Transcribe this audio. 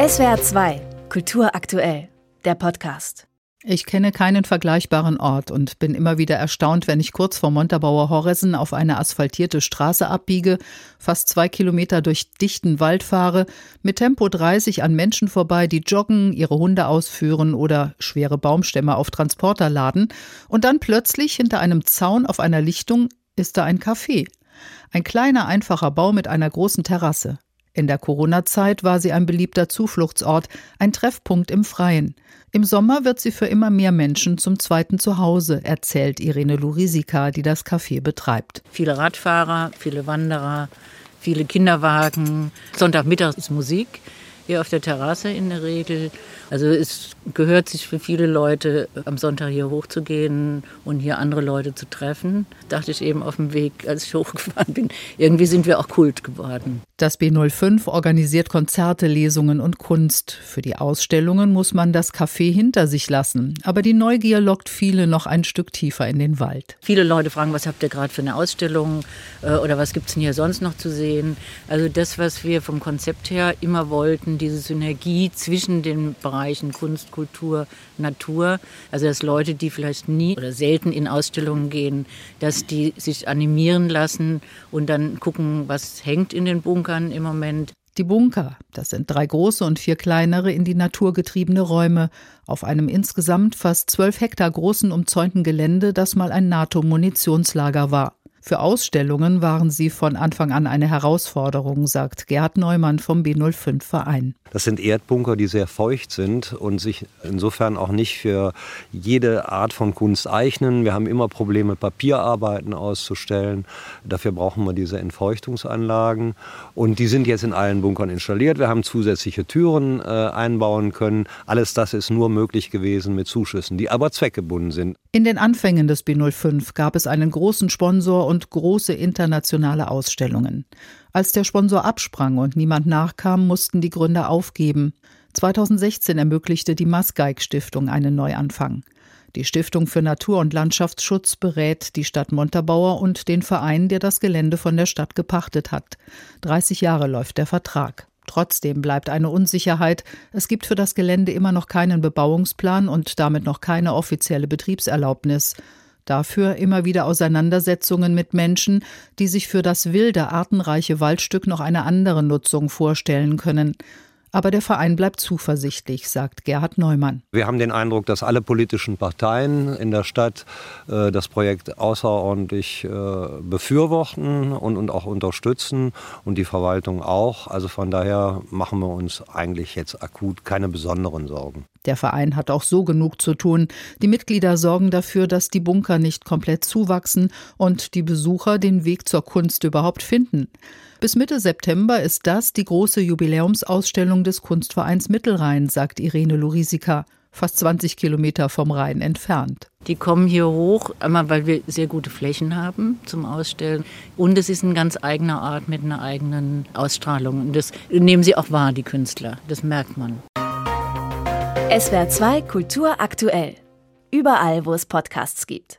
SWR 2, Kultur aktuell, der Podcast. Ich kenne keinen vergleichbaren Ort und bin immer wieder erstaunt, wenn ich kurz vor Montabaur Horresen auf eine asphaltierte Straße abbiege, fast 2 Kilometer durch dichten Wald fahre, mit Tempo 30 an Menschen vorbei, die joggen, ihre Hunde ausführen oder schwere Baumstämme auf Transporter laden, und dann plötzlich hinter einem Zaun auf einer Lichtung ist da ein Café. Ein kleiner, einfacher Bau mit einer großen Terrasse. In der Corona-Zeit war sie ein beliebter Zufluchtsort, ein Treffpunkt im Freien. Im Sommer wird sie für immer mehr Menschen zum zweiten Zuhause, erzählt Irene Lurisika, die das Café betreibt. Viele Radfahrer, viele Wanderer, viele Kinderwagen. Sonntagmittag ist Musik hier auf der Terrasse in der Regel. Also es gehört sich für viele Leute, am Sonntag hier hochzugehen und hier andere Leute zu treffen. Dachte ich eben auf dem Weg, als ich hochgefahren bin. Irgendwie sind wir auch Kult geworden. Das B05 organisiert Konzerte, Lesungen und Kunst. Für die Ausstellungen muss man das Café hinter sich lassen. Aber die Neugier lockt viele noch ein Stück tiefer in den Wald. Viele Leute fragen, was habt ihr gerade für eine Ausstellung oder was gibt es denn hier sonst noch zu sehen? Also das, was wir vom Konzept her immer wollten, diese Synergie zwischen den Bereichen Kunst, Kultur, Natur. Also dass Leute, die vielleicht nie oder selten in Ausstellungen gehen, dass die sich animieren lassen und dann gucken, was hängt in den Bunkern im Moment. Die Bunker, das sind 3 große und 4 kleinere in die Natur getriebene Räume auf einem insgesamt fast 12 Hektar großen umzäunten Gelände, das mal ein NATO-Munitionslager war. Für Ausstellungen waren sie von Anfang an eine Herausforderung, sagt Gerhard Neumann vom B05-Verein. Das sind Erdbunker, die sehr feucht sind und sich insofern auch nicht für jede Art von Kunst eignen. Wir haben immer Probleme, Papierarbeiten auszustellen. Dafür brauchen wir diese Entfeuchtungsanlagen. Und die sind jetzt in allen Bunkern installiert. Wir haben zusätzliche Türen einbauen können. Alles das ist nur möglich gewesen mit Zuschüssen, die aber zweckgebunden sind. In den Anfängen des B05 gab es einen großen Sponsor und große internationale Ausstellungen. Als der Sponsor absprang und niemand nachkam, mussten die Gründer aufgeben. 2016 ermöglichte die Masgeig-Stiftung einen Neuanfang. Die Stiftung für Natur- und Landschaftsschutz berät die Stadt Montabaur und den Verein, der das Gelände von der Stadt gepachtet hat. 30 Jahre läuft der Vertrag. Trotzdem bleibt eine Unsicherheit. Es gibt für das Gelände immer noch keinen Bebauungsplan und damit noch keine offizielle Betriebserlaubnis. Dafür immer wieder Auseinandersetzungen mit Menschen, die sich für das wilde, artenreiche Waldstück noch eine andere Nutzung vorstellen können. Aber der Verein bleibt zuversichtlich, sagt Gerhard Neumann. Wir haben den Eindruck, dass alle politischen Parteien in der Stadt das Projekt außerordentlich befürworten und auch unterstützen und die Verwaltung auch. Also von daher machen wir uns eigentlich jetzt akut keine besonderen Sorgen. Der Verein hat auch so genug zu tun. Die Mitglieder sorgen dafür, dass die Bunker nicht komplett zuwachsen und die Besucher den Weg zur Kunst überhaupt finden. Bis Mitte September ist das die große Jubiläumsausstellung des Kunstvereins Mittelrhein, sagt Irene Lurisika, fast 20 Kilometer vom Rhein entfernt. Die kommen hier hoch, einmal weil wir sehr gute Flächen haben zum Ausstellen und es ist ein ganz eigener Ort mit einer eigenen Ausstrahlung. Und das nehmen sie auch wahr, die Künstler, das merkt man. SWR 2 Kultur aktuell. Überall, wo es Podcasts gibt.